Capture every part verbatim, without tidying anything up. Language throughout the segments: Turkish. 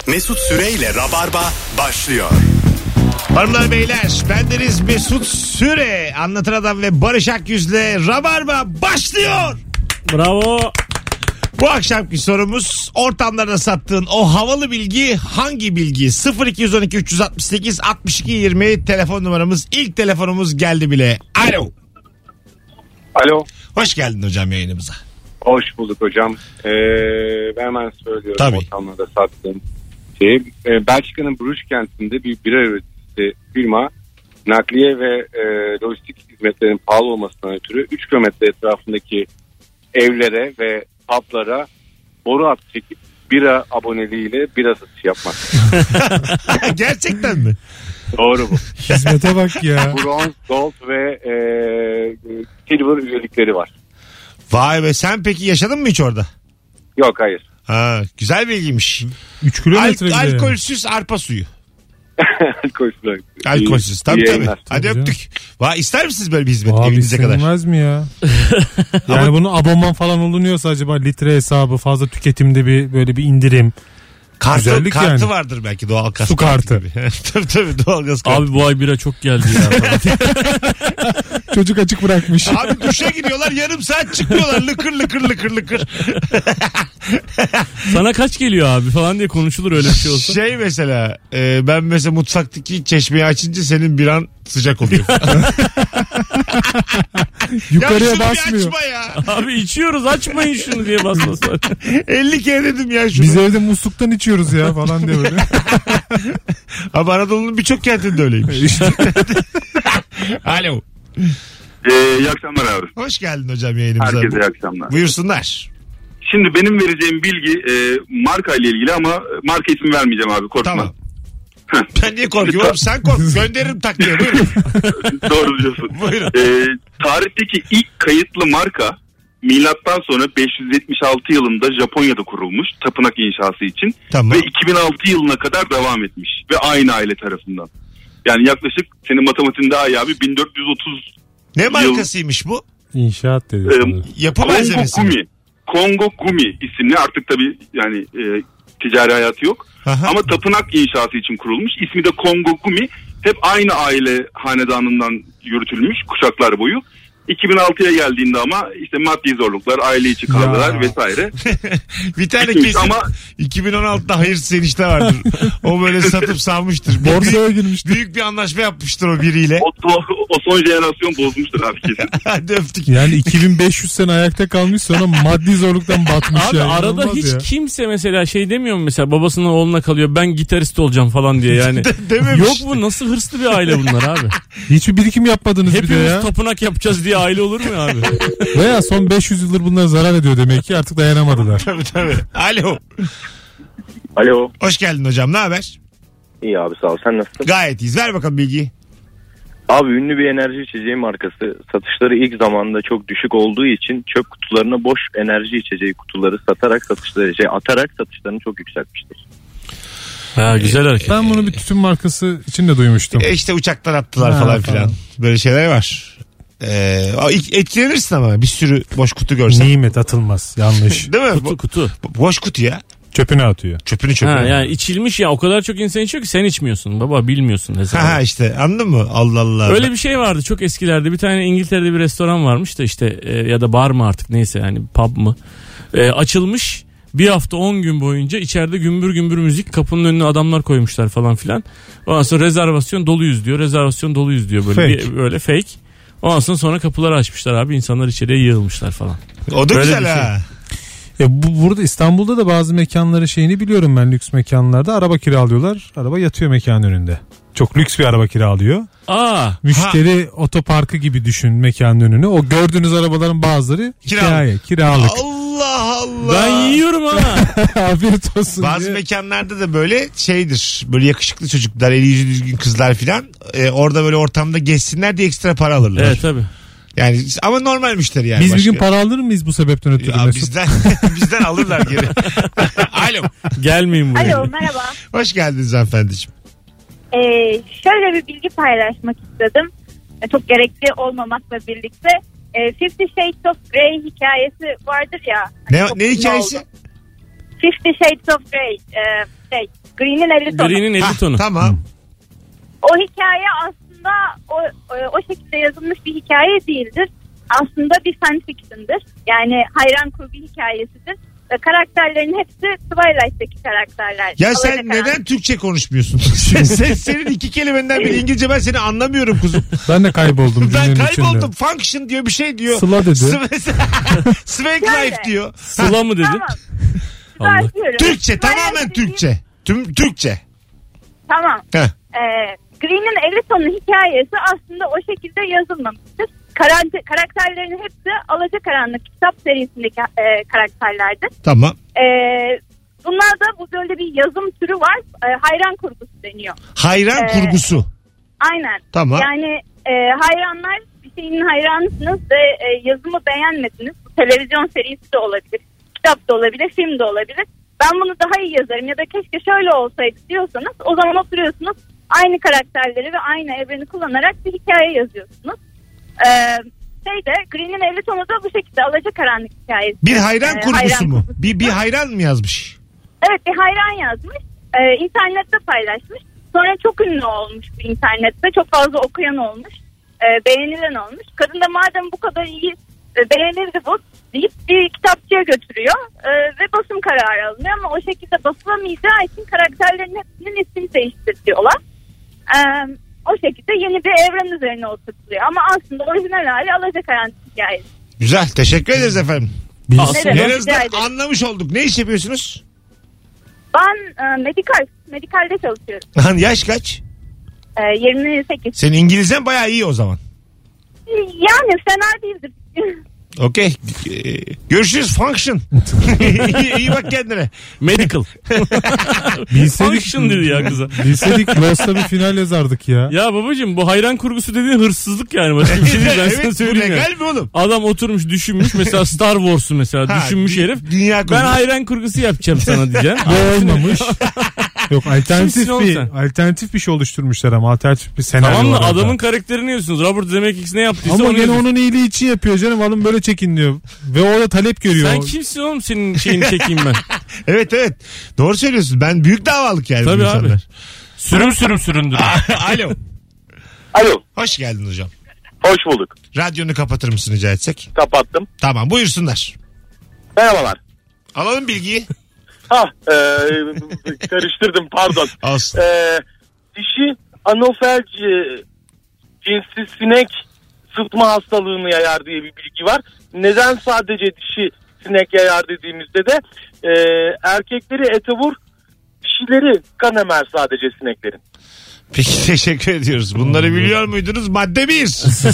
Mesut Süreyle Rabarba başlıyor. Hanımlar beyler, bendeniz Mesut Süre, Anlatan Adam ve Barış Akyüz'le Rabarba başlıyor. Bravo. Bu akşamki sorumuz, ortamlarda sattığın o havalı bilgi hangi bilgi? sıfır iki on iki üç altı sekiz altmış iki yirmi telefon numaramız. İlk telefonumuz geldi bile. Alo. Alo. Hoş geldin hocam yayınımıza. Hoş bulduk hocam. Ee, ben hemen söylüyorum. Tabii. Ortamlarda sattığım şey. Ee, Belçika'nın Bruges kentinde bir bira üreticisi firma nakliye ve e, lojistik hizmetlerin pahalı olmasından ötürü üç kilometre etrafındaki evlere ve publara boru hat çekip bira aboneliğiyle bira satışı yapmak. Gerçekten mi? Doğru bu. Hizmete bak ya. Bronze, gold ve e, silver üyelikleri var. Vay be, sen peki yaşadın mı hiç orada? Yok, hayır. Ha, güzel bilgiymiş. üç kilometre Al- bile. alkolsüz arpa suyu. Alkolsüz. Alkolsüz. Tabii İyi tabii. yayınlar. Hadi Tabii öptük. Vay, ister misiniz böyle bir hizmet Abi evinize kadar? istenilmez mi ya? Yani Ama- bunun abonman falan olunuyorsa acaba litre hesabı, fazla tüketimde bir böyle bir indirim. Kartı, Güzellik kartı yani. vardır belki, doğal gaz Su kartı. gibi. tabii tabii, doğal gaz kartı. Abi bu ay bira çok geldi ya. Çocuk açık bırakmış. Abi duşa giriyorlar, yarım saat çıkıyorlar lıkır lıkır lıkır lıkır. Sana kaç geliyor abi falan diye konuşulur öyle bir şey olsa. Şey mesela e, ben mesela mutfaktaki çeşmeyi açınca senin bir an sıcak oluyor. Yukarıya ya şunu basmıyor. bir açma ya. Abi içiyoruz, açmayın şunu diye basmasın. elli kere dedim ya şunu. Biz evde musluktan içiyoruz ya falan diye böyle. Abi Anadolu'nun birçok kentinde öyleymiş. Alo. Ee, iyi akşamlar abi. Hoş geldin hocam yayınımıza. Herkese iyi akşamlar. Buyursunlar. Şimdi benim vereceğim bilgi e, marka ile ilgili ama marka ismi vermeyeceğim abi, korkma. Tamam. Ben niye korkuyorum? Sen kork. Gönderirim tak diye. Buyurun. Doğru diyorsun. Buyurun. Ee, tarihteki ilk kayıtlı marka milattan sonra beş yüz yetmiş altı yılında Japonya'da kurulmuş tapınak inşası için. Tamam. Ve iki bin altı yılına kadar devam etmiş. Ve aynı aile tarafından. Yani yaklaşık, senin matematiğin daha iyi abi, bin dört yüz otuz Ne markasıymış bu? İnşaat dedi. Ee, Yapı Kongo malzemesi mi? Gumi. Kongo Gumi isimli, artık tabii yani e, ticari hayatı yok. Aha. Ama tapınak inşası için kurulmuş. İsmi de Kongo Gumi. Hep aynı aile hanedanından yürütülmüş kuşaklar boyu. iki bin altıya geldiğinde ama işte maddi zorluklar, aile içi kavgalar Ya. vesaire. Bir tane Bitmiş kesin ama- iki bin on altıda hayırsız enişte vardır. O böyle satıp salmıştır. Bir Borsaya büyük, girmiştir. büyük bir anlaşma yapmıştır o biriyle. O, o, o son jenerasyon bozmuştur abi kesin. Hadi öptük. Yani iki bin beş yüz sene ayakta kalmış, sonra maddi zorluktan batmış Abi yani. arada İnanılmaz hiç ya. kimse mesela şey demiyor mu, mesela babasının oğluna kalıyor, ben gitarist olacağım falan diye yani. Dememiş. Yok, bu nasıl hırslı bir aile bunlar abi. Hiçbir birikim yapmadınız bir de Hepimiz ya. tapınak yapacağız diye aile olur mu abi? Veya son beş yüz yıldır bunlar zarar ediyor demek ki, artık dayanamadılar. Tabii tabii. Alo. Alo. Hoş geldin hocam, ne haber? İyi abi, sağ ol. Sen nasılsın? Gayet iyiyiz. Ver bakalım bilgiyi. Abi ünlü bir enerji içeceği markası satışları ilk zamanda çok düşük olduğu için çöp kutularına boş enerji içeceği kutuları satarak satışları şey atarak satışlarını çok yükseltmiştir. Ha, güzel hareket. Ben bunu bir tütün markası için de duymuştum. E işte uçaktan attılar Ha, falan falan. filan. Böyle şeyler var. Ee, etkilenirsin ama bir sürü boş kutu görsen. Nimet atılmaz, yanlış. Değil mi? Kutu Bo- kutu. boş kutu ya. Çöpüne atıyor. Çöpünü çöpünü. Ha, yani içilmiş ya, o kadar çok insan içiyor ki sen içmiyorsun baba, bilmiyorsun mesela. Ha, ha işte anladın mı? Allah Allah. Öyle bir şey vardı çok eskilerde, bir tane İngiltere'de bir restoran varmış da işte e, ya da bar mı artık neyse, yani pub mı E, açılmış, bir hafta on gün boyunca içeride gümbür gümbür müzik, kapının önüne adamlar koymuşlar falan filan. Ondan sonra rezervasyon doluyuz diyor, rezervasyon doluyuz diyor, böyle Fake. bir, böyle fake. Ondan sonra, sonra kapıları açmışlar abi, insanlar içeriye yığılmışlar falan. O da Böyle güzel bir şey. ha. Ya bu, burada İstanbul'da da bazı mekanları şeyini biliyorum ben, lüks mekanlarda araba kiralıyorlar. Araba yatıyor mekanın önünde. Çok lüks bir araba kiralıyor. Aa, Müşteri otoparkı gibi düşün mekanın önünü. O gördüğünüz arabaların bazıları Kiralık. hikaye, kiralık. Allah Allah. ben yiyorum ha. Afiyet olsun Bazı diye. mekanlarda da böyle şeydir. Böyle yakışıklı çocuklar, eli yüzü düzgün kızlar filan. Ee, orada böyle ortamda geçsinler diye ekstra para alırlar. Evet tabii. Yani ama normal müşteri yani. Biz bir başka. gün para alır mıyız bu sebepten ötürü Ya Mesut? bizden bizden alırlar geri. Alo. Gelmeyin buraya. Alo, merhaba. Hoş geldiniz hanımefendiciğim. Ee, şöyle bir bilgi paylaşmak istedim. Ee, çok gerekli olmamakla birlikte. Ee, Fifty Shades of Grey hikayesi vardır ya. Ne Çok ne ünlü hikayesi? oldu. Fifty Shades of Grey. E, şey, Green'in elli tonu. Green'in elli Hah, tonu. tamam. O hikaye aslında o, o, o şekilde yazılmış bir hikaye değildir. Aslında bir fanfiction'dır. Yani hayran kurgu hikayesidir. Ve karakterlerin hepsi Twilight'teki karakterler. Ya sen Alacakaranlık. neden Türkçe konuşmuyorsun? sen, senin iki kelimenden biri İngilizce, ben seni anlamıyorum kuzum. Ben de kayboldum. Ben cümlenin kayboldum. içinde. Function diyor, bir şey diyor. Sıla dedi. Swag life diyor. Sıla mı dedi? Tamam. Allah. Düzeltiyorum. Türkçe, Twilight tamamen dediğim- Türkçe. Tüm Türkçe. Tamam. Heh. Ee, Green'in elli tonu hikayesi aslında o şekilde yazılmamıştır. Karakter, karakterlerin hepsi Alacakaranlık kitap serisindeki e, karakterlerdir. Tamam. E, bunlarda bu böyle bir yazım türü var. E, hayran kurgusu deniyor. Hayran Ee, kurgusu. Aynen. Tamam. Yani e, hayranlar, bir şeyin hayranısınız ve e, yazımı beğenmediniz. Bu televizyon serisi de olabilir, kitap da olabilir, film de olabilir. Ben bunu daha iyi yazarım ya da keşke şöyle olsaydı diyorsanız, o zaman oturuyorsunuz, aynı karakterleri ve aynı evreni kullanarak bir hikaye yazıyorsunuz. Ee, şeyde Green'in elli tonu da bu şekilde Alacakaranlık hikayesi. Bir hayran Ee, kurgusu hayran mu? kurgusu. Bir, bir hayran mı yazmış? Evet, bir hayran yazmış. Ee, internette paylaşmış. Sonra çok ünlü olmuş bu internette. Çok fazla okuyan olmuş. Ee, beğenilen olmuş. Kadın da madem bu kadar iyi e, beğenildi bu deyip bir kitapçıya götürüyor. Ee, ve basım kararı alınıyor ama o şekilde basılamayacağı için karakterlerin hepsinin ismini değiştiriyorlar. Ee, o şekilde yeni bir evren üzerine oturtuluyor. Ama aslında orijinal hali Alacakaranlık hikayesi. Güzel. Teşekkür ederiz efendim. Biz, Ne demek, En rica azından ederim. anlamış olduk. Ne iş yapıyorsunuz? Ben e, medikal, medikalde çalışıyorum. Lan yaş kaç? E, yirmi sekiz. Senin İngilizcen bayağı iyi o zaman. Yani fena değildir. Okey. Ee, Görüşürüz function. iyi, iyi bak kendine. Medical. bilseydik, Function dedi ya kıza. bilseydik Lost'ta bir final yazardık ya. Ya babacığım, bu hayran kurgusu dediğin hırsızlık yani. Başka bir şey değil, ben sana Evet, bu söyleyeyim ya. legal mi oğlum? Adam oturmuş düşünmüş, mesela Star Wars'u mesela Ha, düşünmüş dü- herif. dünya Ben kurgusu. hayran kurgusu yapacağım sana diyeceğim. Bu olmamış. Yok, alternatif Kimsin oğlum bir sen? alternatif bir şey oluşturmuşlar ama alternatif bir senaryo Tamam da var orada. adamın karakterini yiyorsunuz. Robert Zemeckis ne yaptıysa Ama onu gene yazıyorsun. onun iyiliği için yapıyor canım. Alın böyle çekin diyor. Ve o da talep görüyor. Sen kimsin oğlum, senin şeyini çekeyim ben. Evet evet. Doğru söylüyorsun. Ben büyük davalık yani. Tabii bu abi. insanlar. Sürüm sürüm süründür. Alo. Alo, Hoş geldin hocam. hoş bulduk. Radyonu kapatır mısın rica etsek? Kapattım. Tamam, buyursunlar. Merhabalar. Alalım bilgiyi. Ha, e, karıştırdım, pardon. Olsun. E, dişi anofel c- cinsi sinek sıtma hastalığını yayar diye bir bilgi var. Neden sadece dişi sinek yayar dediğimizde de e, erkekleri ete vur, dişileri kan emer sadece sineklerin. Peki teşekkür ediyoruz. Bunları biliyor muydunuz? Madde bir.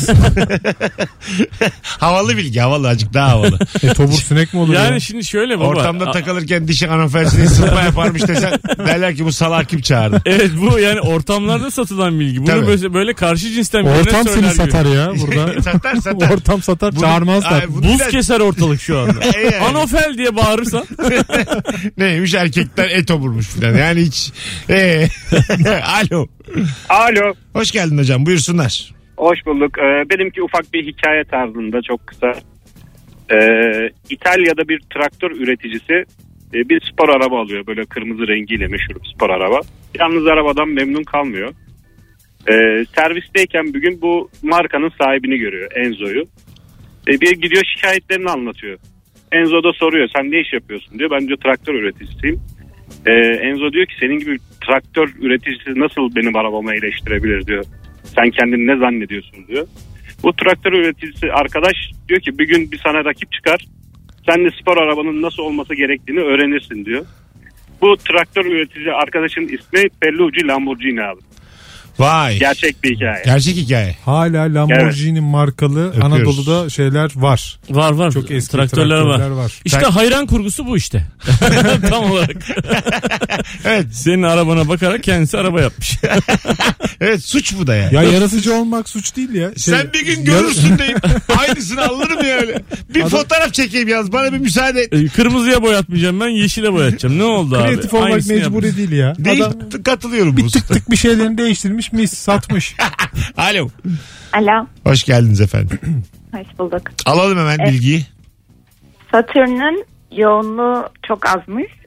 Havalı bilgi. Havalı, azıcık daha havalı. E, tobur sinek mi olur Yani ya? şimdi şöyle baba. Ortamda A- takılırken dişi anofelsini sıkma yaparmış desen derler ki bu salak kim çağırdı? Evet, bu yani ortamlarda satılan bilgi. Bunu Tabii. böyle, böyle karşı cinsten birine Ortam söyler seni gibi. satar ya burada. satar satar. Ortam satar, Bunu- çağırmazlar. Ay, bunu Buz da- keser ortalık şu anda. E yani. Anofel diye bağırırsan. Neymiş, erkekler et oburmuş falan. Yani hiç. Ee. Alo. Alo. Hoş geldin hocam, buyursunlar. Hoş bulduk. Ee, benimki ufak bir hikaye tarzında, çok kısa. Ee, İtalya'da bir traktör üreticisi e, bir spor araba alıyor. Böyle kırmızı rengiyle meşhur bir spor araba. Yalnız arabadan memnun kalmıyor. Ee, servisteyken bir gün bu markanın sahibini görüyor, Enzo'yu. Ee, bir gidiyor, şikayetlerini anlatıyor. Enzo da soruyor, sen ne iş yapıyorsun diyor. Ben diyor traktör üreticisiyim. Ee, Enzo diyor ki senin gibi traktör üreticisi nasıl benim arabamı eleştirebilir diyor. Sen kendini ne zannediyorsun diyor. Bu traktör üreticisi arkadaş diyor ki bir gün bir sana rakip çıkar. Sen de spor arabanın nasıl olması gerektiğini öğrenirsin diyor. Bu traktör üretici arkadaşın ismi Pellucci Lamborghini abi. Vay. Gerçek bir hikaye. Gerçek hikaye. Hala Lamborghini markalı Öpüyoruz. Anadolu'da şeyler var. Var var. Çok eski traktörler, traktörler var. var. İşte Sen- hayran kurgusu bu işte. Tam olarak. Evet. Senin arabana bakarak kendisi araba yapmış. Evet, suç bu da yani. Ya yarasıcı olmak suç değil ya. Şey, Sen bir gün yar- görürsün deyip aynısını alırım ya öyle. Bir Adam- fotoğraf çekeyim yaz, bana bir müsaade et. E, Kırmızıya boyatmayacağım, ben yeşile boyatacağım. Ne oldu abi? Kreatif olmak Aynısını mecburi yapmış. değil ya. Değil, Adam katılıyorum bu bir tık hususta. tık bir şeylerini değiştirmiş, mis satmış. Alo. Alo. Hoş geldiniz efendim. Hoş bulduk. Alalım hemen Evet. bilgiyi. Satürn'ün yoğunluğu çok azmış.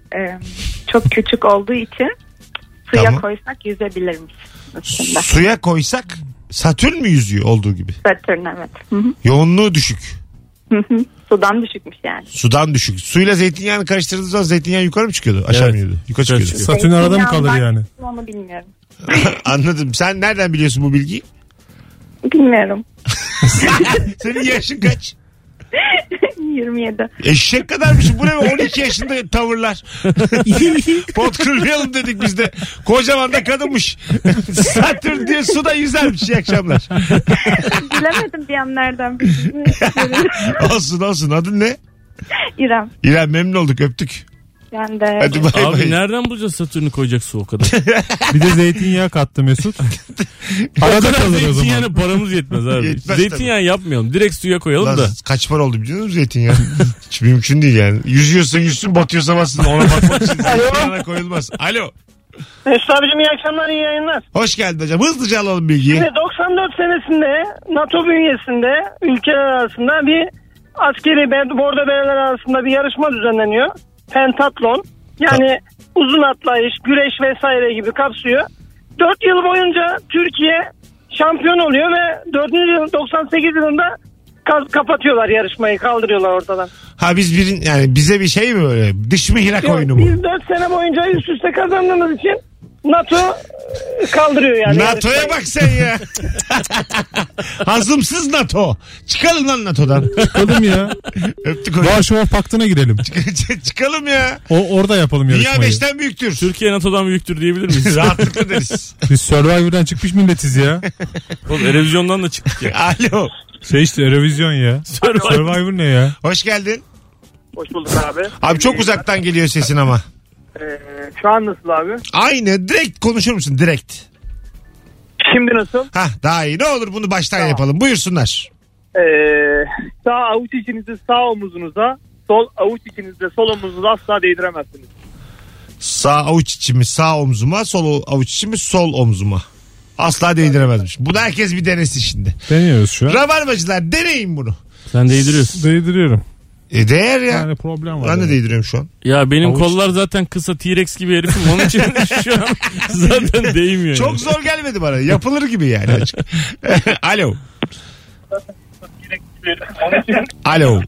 Ee, çok küçük olduğu için suya Tamam. koysak yüzebilirmiş aslında. Suya koysak Satürn mü yüzüyor olduğu gibi? Satürn evet. Hı hı. Yoğunluğu düşük. Hı hı. Sudan düşükmüş yani. Sudan düşük. Suyla zeytinyağını karıştırdığınız zaman zeytinyağı yukarı mı çıkıyordu? Aşağı Evet. mı iniyordu? Yukarı Yukarı çıkıyordu. çıkıyor. Satürn arada mı kalır yani? Onu bilmiyorum. Anladım. Sen nereden biliyorsun bu bilgiyi? Bilmiyorum. Senin yaşın kaç? yirmi yedi. Eşek kadarmış. Bu ne be? on iki yaşında tavırlar. Pot kırmayalım dedik biz de. Kocaman da kadınmış. Satürn diye suda yüzermiş. İyi akşamlar. Bilemedim bir an nereden. Olsun olsun. Adın ne? İrem. İrem memnun olduk. Öptük. Ben de. Hadi bay Abi bay. nereden bulacağız Satürn'ü koyacak su o kadar? Bir de zeytinyağı kattı Mesut. o Arada kadar kalır o zaman. zeytinyağına paramız yetmez abi. Yetmez Zeytinyağı yapmayalım. Direkt suya koyalım Lan da. kaç para oldu biliyor musun zeytinyağı? Hiç mümkün değil yani. Yüzüyorsun yüzsün batıyorsa bassın. Ona bakmak için zeytinyağına koyulmaz. Alo. Mesut abicim iyi akşamlar, iyi yayınlar. Hoş geldin hocam. Hızlıca alalım bilgiyi. Şimdi doksan dört senesinde NATO bünyesinde ülkeler arasında bir askeri bordo bereler arasında bir yarışma düzenleniyor. Pentatlon. Yani uzun atlayış, güreş vesaire gibi kapsıyor. dört yıl boyunca Türkiye şampiyon oluyor ve dördüncü yıl doksan sekiz yılında kapatıyorlar yarışmayı, kaldırıyorlar ortadan. Ha biz birin yani bize bir şey mi böyle? Dış mihrak Yok, oyunu mu? biz dört sene boyunca üst üste kazandığımız için NATO kaldırıyor yani. NATO'ya yarışmayı. bak sen ya. Hazımsız NATO. Çıkalım lan NATO'dan. Çıkalım ya. Öptük hocam. Varşova Paktı'na girelim. Çıkalım ya. O orada yapalım Dünya yarışmayı. beşten büyüktür. Türkiye NATO'dan büyüktür diyebilir miyiz? Rahatlıkla deriz. Biz Survivor'dan çıkmış milletiz ya. Oğlum Erevizyon'dan da çıktık ya. Alo. Şey işte Eurovision ya. Survivor. Survivor ne ya? Hoş geldin. Hoş bulduk abi. Abi çok uzaktan geliyor sesin ama. Ee, şu an nasıl abi? Aynı. Direkt konuşur musun? Direkt. Şimdi nasıl? Hah daha iyi. Ne olur bunu baştan Tamam. yapalım. Buyursunlar. Ee, sağ avuç içinizi sağ omuzunuza, sol avuç içinizde sol omuzunuza asla değdiremezsiniz. Sağ avuç içimi sağ omzuma, sol avuç içimi sol omzuma. Asla değdiremezmiş. Bunu herkes bir denesin şimdi. Deniyoruz şu an. Rabarbacılar deneyin bunu. Sen değdiriyorsun. Değdiriyorum. E değer ya. Yani problem var. Ben de yani. değdiriyorum şu an. Ya benim Avuç- kollar zaten kısa T-Rex gibi herifim. Onun için şu an zaten değmiyor. Çok yani. zor gelmedi bana. Yapılır gibi yani. Açık. Alo. Alo.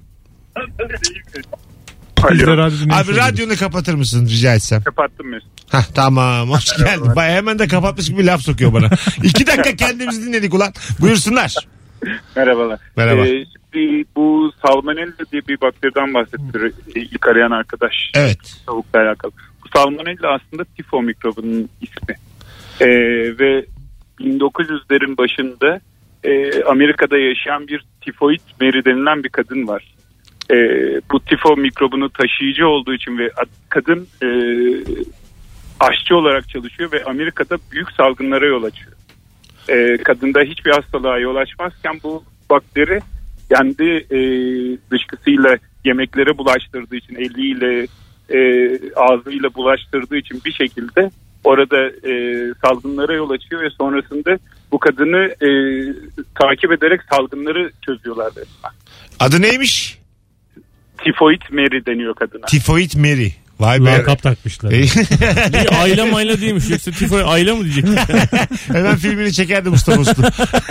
Biz de radyo dinlemiş Abi radyonu kapatır mısın rica etsem? Kapattım Mesut. Hah tamam hoş geldin. Baya hemen de kapatmış gibi laf sokuyor bana. İki dakika kendimizi dinledik ulan. Buyursunlar. Merhabalar. Merhaba. Ee, şimdi bu salmonella diye bir bakteriden bahsetti ilk arayan arkadaş. Evet. Tavukla alakalı. Bu salmonella aslında tifo mikrobunun ismi. Ee, ve bin dokuz yüzlerin başında e, Amerika'da yaşayan bir tifoid Mary denilen bir kadın var. E, bu tifo mikrobunu taşıyıcı olduğu için ve kadın e, aşçı olarak çalışıyor ve Amerika'da büyük salgınlara yol açıyor. E, kadında hiçbir hastalığa yol açmazken bu bakteri kendi e, dışkısıyla yemeklere bulaştırdığı için, eliyle e, ağzıyla bulaştırdığı için bir şekilde orada e, salgınlara yol açıyor ve sonrasında bu kadını e, takip ederek salgınları çözüyorlar resmen. Adı neymiş? Tifoid Mary deniyor kadına. Tifoid Mary. Vay be. Lakap takmışlar. Bir ayla mayla değilmiş. Yoksa tifoid ayla mı diyecek? Hemen filmini çekerdi Mustafa Uslu.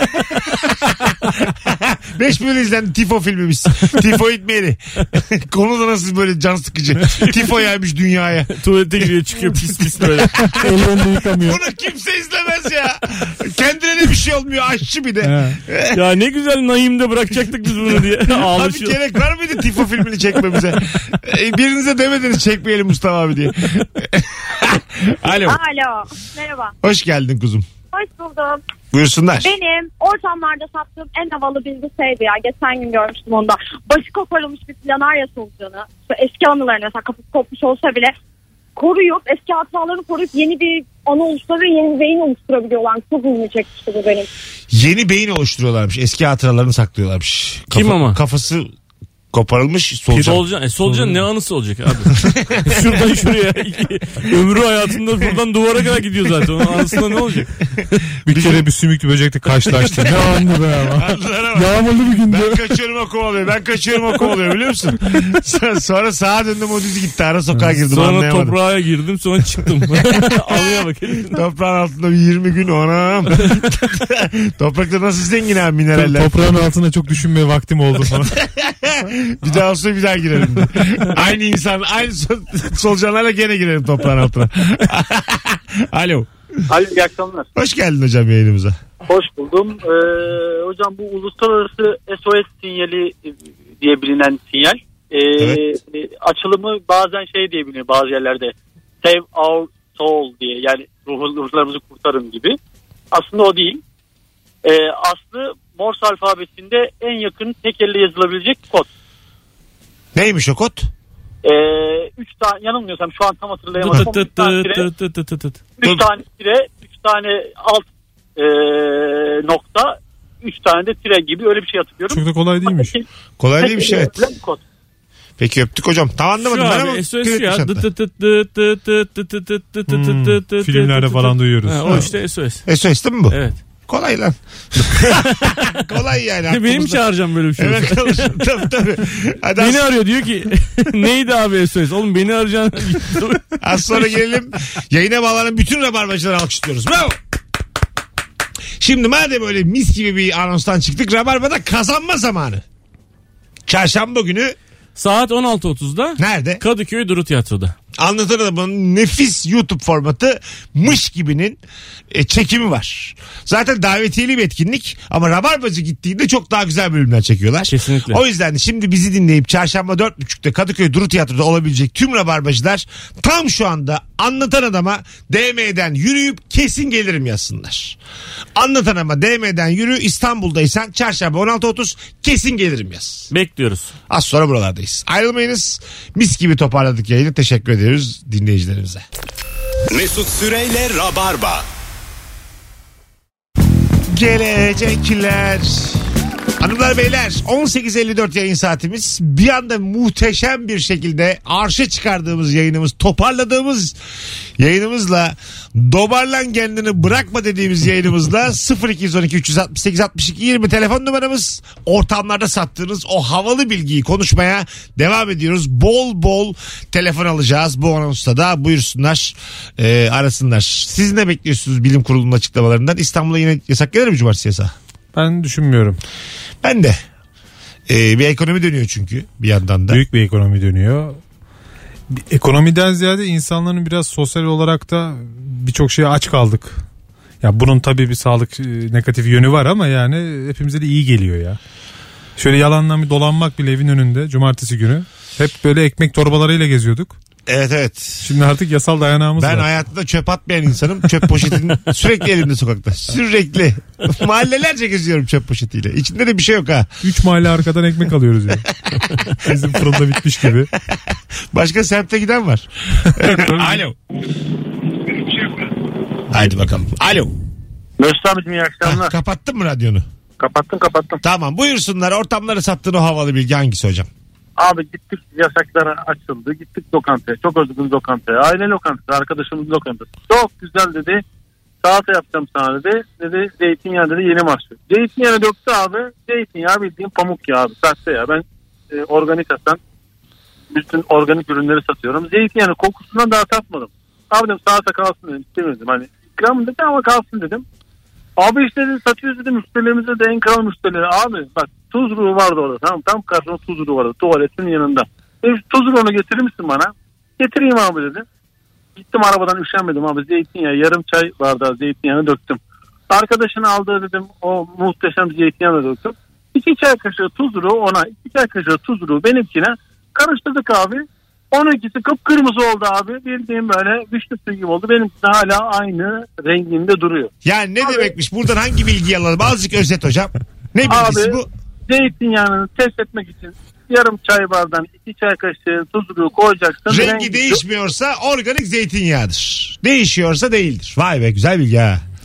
Beş bölüm izlendi Tifo filmimiz. Tifoid Mary. Konu da nasıl böyle can sıkıcı. Tifo yaymış dünyaya. Tuvalete giriyor çıkıyor pis pis böyle. Ellerini yıkamıyor. Bunu kimse izlemez ya. Kendine de bir şey olmuyor. Aşçı bir de. Ya ne güzel Naim'de bırakacaktık biz bunu diye. Abi Ağlaşıyor. gerek var mıydı Tifo filmini çekmemize? E, Birinize demediniz çekmeyelim Mustafa abi diye. Alo. Alo. Merhaba. Hoş geldin kuzum. Hoş buldum. Buyursunlar. Benim ortamlarda sattığım en havalı bilgi şeydi ya. Geçen gün görmüştüm onda. Başı koparılmış bir planarya solucanı. Eski anılarını mesela kafası kopmuş olsa bile koruyup eski hatıralarını koruyup yeni bir anı oluşturabiliyor. Yeni bir beyin oluşturabiliyorlar. Çok ilgimi çekmişti bu benim. Yeni beyin oluşturuyorlarmış. Eski hatıralarını saklıyorlarmış. Kim ama? Kafası Koparılmış solucan. Solucan, e, solucan ne anısı olacak abi? Şuradan şuraya. Ömrü hayatında buradan duvara kadar gidiyor zaten. Onun anısında ne olacak? Bir kere bir sümüklü böcekle karşılaştı. Ne andı be ama. Yağmurlu bir günde. Ben kaçıyorum o kovalıyor. Ben kaçıyorum o kovalıyor biliyor musun? Sonra sağa döndüm o düz gitti. Ara sokağa girdim sonra anlayamadım. Sonra toprağa girdim sonra çıktım. Alıyor bakayım. Toprağın altında bir yirmi gün anam. Toprakta nasıl zengin abi mineraller. Toprağın altında çok düşünmeye vaktim oldu falan. Bir daha olsa bir daha girelim. Aynı insan, aynı sol, solucanlarla gene girelim toprağın altına. Alo. Alo, iyi akşamlar. Hoş geldin hocam yayınımıza. Hoş buldum. Ee, hocam bu uluslararası S O S sinyali diye bilinen sinyal. Ee, Evet. Açılımı bazen şey diye biliniyor bazı yerlerde. Save our soul diye, yani ruh, ruhlarımızı kurtarın gibi. Aslında o değil. Ee, aslı Morse alfabesinde en yakın tek elle yazılabilecek kod. Neymiş o kod? Ee, üç tane, yanılmıyorsam şu an tam hatırlayamadım. Tıt tıt tıt tıt tıt tıt tıt. Üç tane tire, üç tane alt e, nokta, üç tane de tire gibi öyle bir şey hatırlıyorum. Çok da kolay değilmiş. Kolay değilmiş evet. Kod. Peki öptük hocam. Tam anlamadım Şu ben abi ama. S O S ya. Dıt dıt dıt dıt dıt dıt dıt dıt dıt dıt dıt dıt dıt. Filmlerde falan duyuyoruz. Ha, o işte S O S. S O S değil mi bu? Evet. Kolay lan. Kolay yani. Benim aklımızda. çağıracağım böyle bir şey. Evet kalır. Tabii tabii. Hadi Beni az, arıyor diyor ki neydi abi S O S? Oğlum beni arayacaksın. az sonra gelelim. Yayına bağlanan bütün rabarbacıları alkışlıyoruz. Bravo. Şimdi madem öyle mis gibi bir anonstan çıktık. Rabarba'da kazanma zamanı. Çarşamba günü Saat on altı otuzda nerede? Kadıköy Duru Tiyatro'da. Anlatan Adam'ın nefis YouTube formatı Mış Gibi'nin e, çekimi var. Zaten davetiyeli bir etkinlik ama Rabarbacı gittiğinde çok daha güzel bölümler çekiyorlar. Kesinlikle. O yüzden de şimdi bizi dinleyip çarşamba dört buçukta Kadıköy Duru Tiyatro'da olabilecek tüm Rabarbacılar tam şu anda Anlatan Adam'a D M'den yürüyüp kesin gelirim yazsınlar. Anlatan Adam'a D M'den yürü, İstanbul'daysan çarşamba on altı otuz kesin gelirim yaz. Bekliyoruz. Az sonra buralardayız. Ayrılmayınız. Mis gibi toparladık yayını. Teşekkür ediyoruz dinleyicilerimize. Mesut Süreyle Rabarba. Gelecekler. Hanımlar beyler on sekiz elli dört yayın saatimiz. Bir anda muhteşem bir şekilde arşa çıkardığımız yayınımız, toparladığımız yayınımızla, dobarlan kendini bırakma dediğimiz yayınımızla sıfır iki on iki üç altı sekiz altmış iki yirmi telefon numaramız. Ortamlarda sattığınız o havalı bilgiyi konuşmaya devam ediyoruz. Bol bol telefon alacağız bu anonsta da. Buyursunlar, e, arasınlar. Siz ne bekliyorsunuz bilim kurulunun açıklamalarından? İstanbul'a yine yasak gelir mi cumartesi yasağı? Ben düşünmüyorum. Ben de. Ee, bir ekonomi dönüyor çünkü bir yandan da. Büyük bir ekonomi dönüyor. Ekonomiden ziyade insanların biraz sosyal olarak da birçok şeye aç kaldık. Ya bunun tabii bir sağlık negatif yönü var ama yani hepimize de iyi geliyor ya. Şöyle yalandan bir dolanmak bile evin önünde cumartesi günü. Hep böyle ekmek torbalarıyla geziyorduk. Evet evet. Şimdi artık yasal dayanağımız ben var. Ben hayatımda çöp atmayan insanım. Çöp poşetinin sürekli elimde sokakta. Sürekli. Mahallelerce geziyorum çöp poşetiyle. İçinde de bir şey yok ha. Üç mahalle arkadan ekmek alıyoruz yani. Bizim fırında bitmiş gibi. Başka semte giden var. Alo. Haydi bakalım. Alo. Mesut abicim iyi akşamlar. Ha, kapattın mı radyonu? Kapattım kapattım. Tamam buyursunlar. Ortamları sattığın o havalı bilgi hangisi hocam? Abi gittik yasaklara açıldı. Gittik lokantaya. Çok özgün lokantaya. Aile lokantası. Arkadaşımız lokantası. Çok güzel dedi. Salata yapacağım sana dedi. Dedi zeytinyağı dedi yeni mahsul. Zeytinyağını döktü abi. Zeytinyağı bildiğin pamuk yağı abi. Sahte ya. Ben e, organik satan bütün organik ürünleri satıyorum. Zeytinyağını kokusundan daha tatmadım. Abi dedim salata kalsın dedim. İstemedim. Hani ikram dedi ama kalsın dedim. Abi işte dedi, satıyoruz dedi. Müşterilerimize de en kral müşterileri. Abi bak tuzluğu vardı orada. Tamam, tam karşımda tuzluğu vardı. Tuvaletin yanında. E, tuzluğunu getirir misin bana? Getireyim abi dedi. Gittim arabadan üşenmedim abi. Zeytinyağı yarım çay bardağı zeytinyağını döktüm. Arkadaşını aldığı dedim o muhteşem zeytinyağını döktüm. İki çay kaşığı tuzluğu ona, iki çay kaşığı tuzluğu benimkine karıştırdık abi. Onunkisi kıpkırmızı oldu abi. Bildiğim böyle vişne suyu gibi oldu. Benimkisi hala aynı renginde duruyor. Yani ne abi, demekmiş? Buradan hangi bilgiyi alalım? Azıcık özet hocam. Ne bilgisi abi, bu? Zeytinyağını test etmek için yarım çay bardağına iki çay kaşığı tuzluğu koyacaksın. Rengi değişmiyorsa organik zeytinyağıdır. Değişiyorsa değildir. Vay be güzel bilgi ha.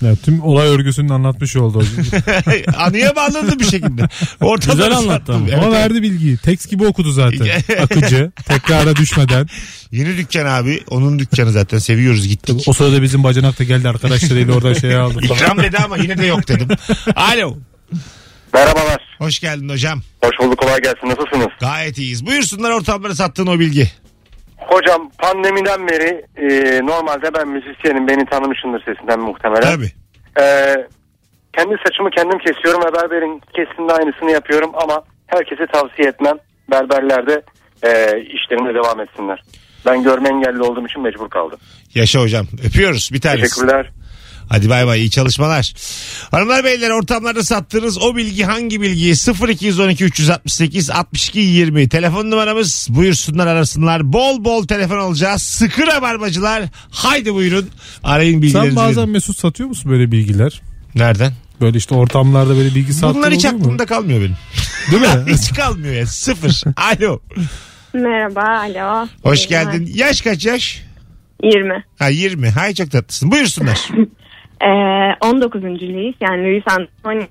Ya, tüm olay örgüsünü anlatmış oldu. Anıya bağlandı bir şekilde. Ortadan Güzel anlattı ama. Evet, Ama evet. verdi bilgiyi. Tekst gibi okudu zaten. Akıcı. Tekrara düşmeden. Yeni dükkan abi. Onun dükkanı zaten. Seviyoruz, gittik. O sırada bizim bacanak da geldi arkadaşlarıyla oradan şey aldı falan. İkram dedi ama yine de yok dedim. Alo. Merhabalar. Hoş geldin hocam. Hoş bulduk, kolay gelsin. Nasılsınız? Gayet iyiyiz. Buyursunlar ortamları sattığın o bilgi. Hocam pandemiden beri e, normalde ben müzisyenim. Beni tanımışsındır sesinden muhtemelen. Tabii. E, kendi saçımı kendim kesiyorum ve berberin kesiminde aynısını yapıyorum ama herkese tavsiye etmem. Berberler de e, işlerine devam etsinler. Ben görme engelli olduğum için mecbur kaldım. Yaşa hocam. Öpüyoruz. Bir tanesi. Teşekkürler. Hadi bay bay, iyi çalışmalar. Hanımlar beyler, ortamlarda sattığınız o bilgi hangi bilgi? sıfır iki on iki üç altı sekiz altmış iki yirmi telefon numaramız, buyursunlar arasınlar. Bol bol telefon alacağız. Sıkı rabarbacılar, haydi buyurun arayın bilgilerinizi. Sen bazen verin. Mesut satıyor musun böyle bilgiler? Nereden? Böyle işte ortamlarda böyle bilgi sattığın Bunlar hiç oluyor mu? aklımda kalmıyor benim. Değil mi? Hiç kalmıyor ya, sıfır. Alo. Merhaba, alo. Hoş geldin. Yaş kaç yaş? yirmi. Ha yirmi. Hay çok tatlısın. Buyursunlar. Ee, on dokuzuncu Louis, yani Louis Anthony.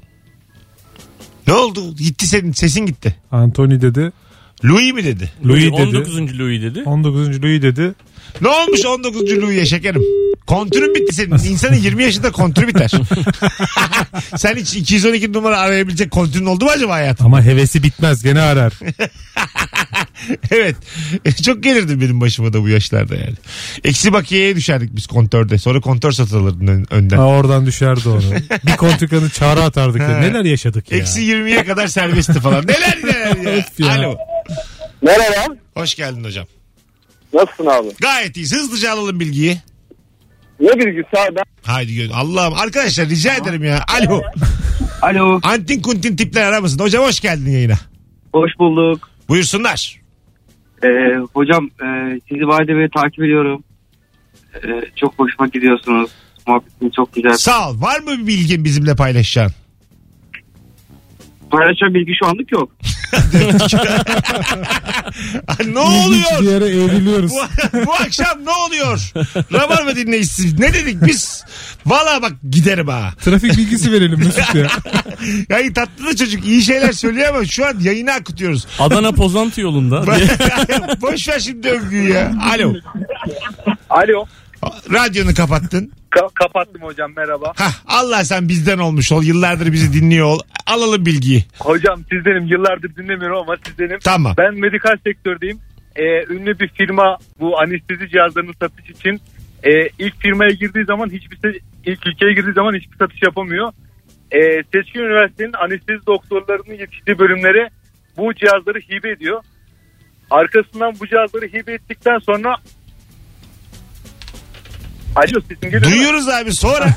Ne oldu? Gitti senin sesin gitti. Anthony dedi. Louis mi dedi? Louis dedi. on dokuzuncu Louis dedi. on dokuzuncu Louis dedi. Ne olmuş on dokuzuncu Louis'e şekerim? Kontürün bitti senin. İnsanın yirmi yaşında kontürü biter. Sen hiç iki yüz on iki numara arayabilecek kontürün oldu mu acaba hayatım? Ama hevesi bitmez, gene arar. Evet. Çok gelirdi benim başıma da bu yaşlarda yani. Eksi bakiyeye düşerdik biz kontörde. Sonra kontör satılırdı önden. Ha, oradan düşerdi onu. Bir kontrkanı çağrı atardık. Da. Neler yaşadık ya. Eksi yirmiye kadar serbestti falan. Neler neler ya. ya. Alo. Merhaba. Hoş geldin hocam. Nasılsın abi? Gayet iyiyiz. Hızlıca alalım bilgiyi. Ne bilgisi abi? Haydi gör. Allah'ım. Arkadaşlar rica ederim ya. Alo. Alo. Antin kuntin tipler aramasın. Hocam hoş geldin yayına. Hoş bulduk. Buyursunlar. Ee, hocam e, sizi Vahide Bey'i takip ediyorum. Ee, çok hoşuma gidiyorsunuz. Muhabbetiniz çok güzel. Sağ ol. Var mı bir bilgin bizimle paylaşacağın? Paylaşan bilgi şu anlık yok. Ne oluyor? Bir yere eğriliyoruz. Bu, bu akşam ne oluyor? Rabarba dinleyicisi. Ne dedik biz? Valla bak giderim ha. Trafik bilgisi verelim Mesut ya. Yani tatlı da çocuk iyi şeyler söylüyor ama şu an yayını akıtıyoruz. Adana Pozantı yolunda. Boş ver şimdi övgüyü ya. Alo. Alo. Radyonu kapattın. Ka- kapattım hocam, merhaba. Hah, Allah sen bizden olmuş ol. Yıllardır bizi dinliyor ol. Alalım bilgiyi. Hocam sizdenim, yıllardır dinlemiyorum ama sizdenim. Tamam. Ben medikal sektördeyim. Ee, ünlü bir firma bu anestezi cihazlarını satış için e, ilk firmaya girdiği zaman hiçbir se- ilk ülkeye girdiği zaman hiçbir satış yapamıyor. E, Seçkin Üniversitesi'nin anestezi doktorlarının yetiştiği bölümlere bu cihazları hibe ediyor. Arkasından bu cihazları hibe ettikten sonra Alo, sesim geliyor mu? Duyuyoruz abi, sonra.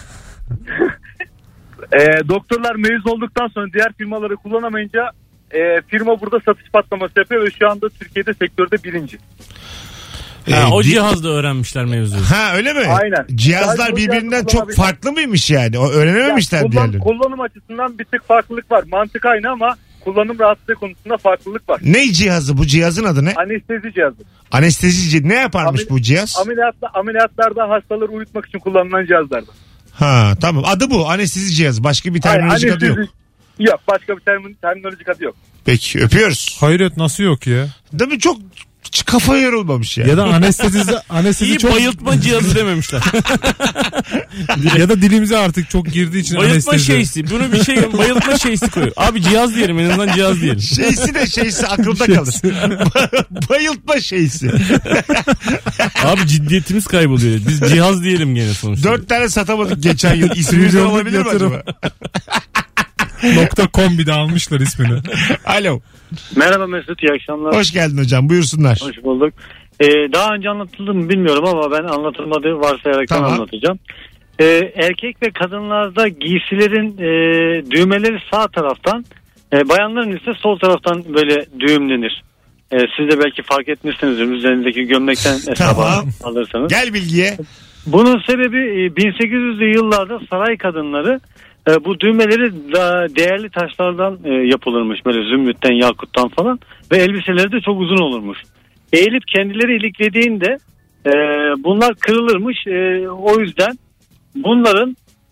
E, doktorlar mezun olduktan sonra diğer firmaları kullanamayınca e, firma burada satış patlaması yapıyor ve şu anda Türkiye'de sektörde birinci. Ha, Ee, o di- cihazla öğrenmişler mevzuyu. Ha öyle mi? Aynen. Cihazlar Sadece o birbirinden cihazı çok kullanabilmek. farklı mıymış yani? O öğrenememişler Yani diğerlerini. kullan, kullanım açısından bir tık farklılık var. Mantık aynı ama kullanım rahatlığı konusunda farklılık var. Ne cihazı bu? Cihazın adı ne? Anestezi cihazı. Anestezici. Ne yaparmış Amel- bu cihaz? Ameliyatla, ameliyatlarda hastaları uyutmak için kullanılan cihazlardan. Ha tamam, adı bu. Anestezi cihazı. Başka bir terminolojik adı yok. Yok, başka bir termin, terminolojik adı yok. Peki, öpüyoruz. Hayret, nasıl yok ya? Değil mi? Çok hiç kafa yorulmamış ya. Ya da anestezi anestezi İyi çok bayıltma cihazı dememişler. ya da dilimize artık çok girdiği için Bayıltma anestezi. şeysi. Bunu bir şey bayıltma şeysi koyuyor. Abi cihaz diyelim, en azından cihaz diyelim. Şeysi de şeysi aklımda kalır. Bayıltma şeysi. Abi ciddiyetimiz kayboluyor. Biz cihaz diyelim gene sonuçta. Dört tane satamadık geçen yıl. İsmimizden Milyonluk olabilir mi yatırım. acaba? Nokta com bir de almışlar ismini. Alo. Merhaba Mesut, iyi akşamlar. Hoş geldin hocam, buyursunlar. Hoş bulduk. Ee, daha önce anlatıldı mı bilmiyorum ama ben anlatılmadığı varsayarak Tamam. anlatacağım. Ee, erkek ve kadınlarda giysilerin e, düğmeleri sağ taraftan, e, bayanların ise sol taraftan böyle düğümlenir. E, siz de belki fark etmişsinizdir, üzerindeki gömlekten hesaba Tamam. alırsanız. Gel bilgiye. Bunun sebebi e, bin sekiz yüzlü yıllarda saray kadınları e, bu düğmeleri da değerli taşlardan e, yapılırmış, böyle zümrütten, yakuttan falan, ve elbiseleri de çok uzun olurmuş. Eğilip kendileri iliklediğinde e, bunlar kırılırmış. E, o yüzden bunların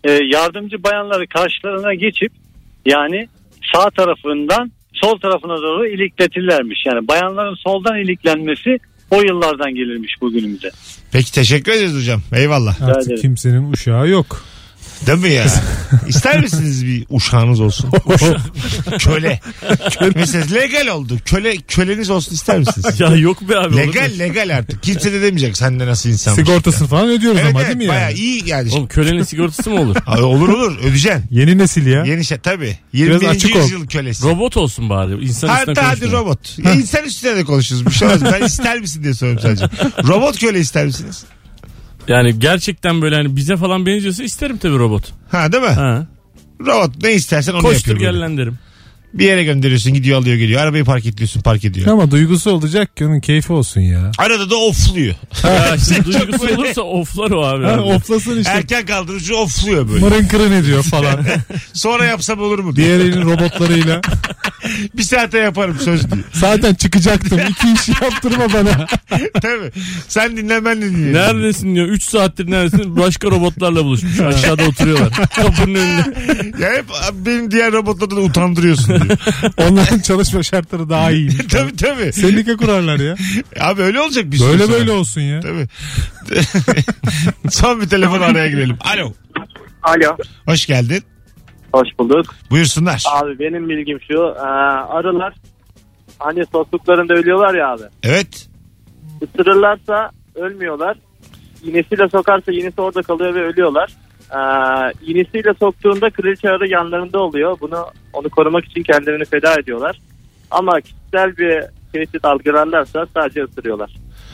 e, yardımcı bayanları karşılarına geçip yani sağ tarafından sol tarafına doğru ilikletirlermiş. Yani bayanların soldan iliklenmesi o yıllardan gelirmiş bugünümüze. Peki teşekkür ederiz hocam. Eyvallah. Artık kimsenin uşağı yok. Değil mi ya? İster misiniz bir uşağınız olsun? Uşak. Köle. Mesela legal oldu. Köle köleniz olsun ister misiniz? Ya yok be abi. Legal legal artık. Kimse de demeyecek sen de nasıl insanmış. Sigortasını falan ödüyoruz evet, ama evet, değil mi bayağı yani? iyi yani. Oğlum kölenin sigortası mı olur? Abi olur olur ödeyeceksin. Yeni nesil ya. Yeni şey tabii. yirmi birinci yüzyıl kölesi. Robot olsun bari. İnsan üstüne Hadi hadi robot. Ya insan üstüne de konuşuruz. Bir şey olmaz. Ben ister misin diye soruyorum sadece. Robot köle ister misiniz? Yani gerçekten böyle hani bize falan benziyorsa isterim tabii robot. Ha değil mi? Ha. Robot ne istersen onu Koştur yapıyor. gel lan derim. Bir yere gönderiyorsun gidiyor alıyor geliyor. Arabayı park ediyorsun park ediyor. Ama duygusu olacak ki onun keyfi olsun ya. Arada da ofluyor. Ya işte duygusu olursa oflar o abi. Ha, abi. oflasın işte. Erken kaldırıcı ofluyor böyle. Mırın kırın ediyor falan. Sonra yapsam olur mu diye. Diğer elin robotlarıyla. Bir saate yaparım söz diye. Zaten çıkacaktım. İki işi yaptırma bana. Tabii. Sen dinle ben de dinleyelim. Neredesin diyor. üç saattir neredesin? Başka robotlarla buluşmuş. Aşağıda oturuyorlar. Kapının önünde. Ya hep benim diğer robotlardan utandırıyorsun diyor. Onların çalışma şartları daha iyi. Tabii tabii. Sendika kurarlar ya. Abi öyle olacak bir Böyle süre böyle sonra. olsun ya. Tabii. Son bir telefon araya girelim. Alo. Alo. Hoş geldin. Hoş bulduk. Buyursunlar. Abi benim bilgim şu. E, arılar hani soktuklarında ölüyorlar ya abi. Evet. Isırırlarsa ölmüyorlar. İğnesiyle sokarsa iğnesi orada kalıyor ve ölüyorlar. E, iğnesiyle soktuğunda kraliçe arı yanlarında oluyor. Bunu onu korumak için kendilerini feda ediyorlar. Ama kişisel bir tehdit algılarlarsa sadece ısırıyorlar.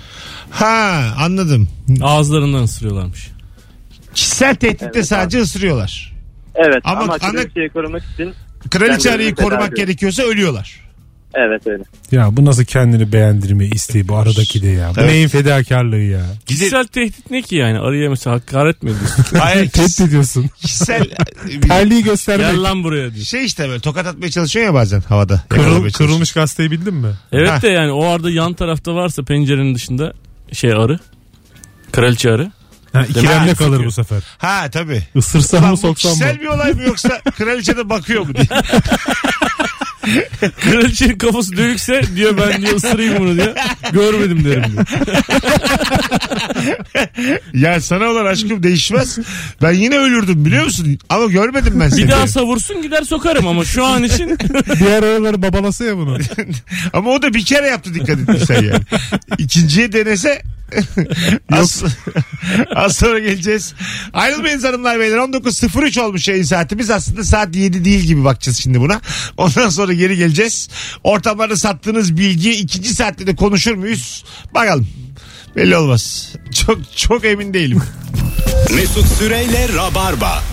Ha anladım. Ağızlarından ısırıyorlarmış. Kişisel tehditte Evet, sadece abi. ısırıyorlar. Evet ama, ama ana... kraliçeyi korumak için kraliçe arıyı korumak gerekiyorsa ölüyorlar. Evet öyle. Ya bu nasıl kendini beğendirme isteği bu aradaki de ya. Bu evet. Neyin fedakarlığı ya. Kişisel tehdit ne ki yani? Arıya mesela hakaret mi ediyorsun? Hayır. Tehdit ediyorsun. Kişisel. Terliği göstermek. Gel lan buraya diyor. Şey işte böyle tokat atmaya çalışıyor ya bazen havada. Kırıl, kırılmış gazeteyi bildin mi? Evet ha. de yani o arada yan tarafta varsa pencerenin dışında şey arı. Kraliçe arı. Ha, ikilemde kalır sıkıyor bu sefer. Ha tabii. Isırsam mı soksam mı? Kişisel bir olay mı yoksa kraliçe de bakıyor mu diye. Kraliçenin kafası dönükse diyor ben diyor ısırayım bunu diyor. Görmedim derim diyor. Ya sana olan aşkım değişmez. Ben yine ölürdüm biliyor musun? Ama görmedim ben seni. Bir daha savursun gider sokarım ama şu an için. Diğer araları babalasa ya bunu. Ama o da bir kere yaptı dikkat etmişsen yani. İkinciye denese az, az sonra geleceğiz. Ayrılmayın hanımlar beyler. on dokuz sıfır üç olmuş yayın saatimiz. Aslında saat yedi değil gibi bakacağız şimdi buna. Ondan sonra geri geleceğiz. Ortamlarda sattığınız bilgi ikinci saatte de konuşur muyuz? Bakalım. Belli olmaz. Çok çok emin değilim. Mesut Süreyle Rabarba.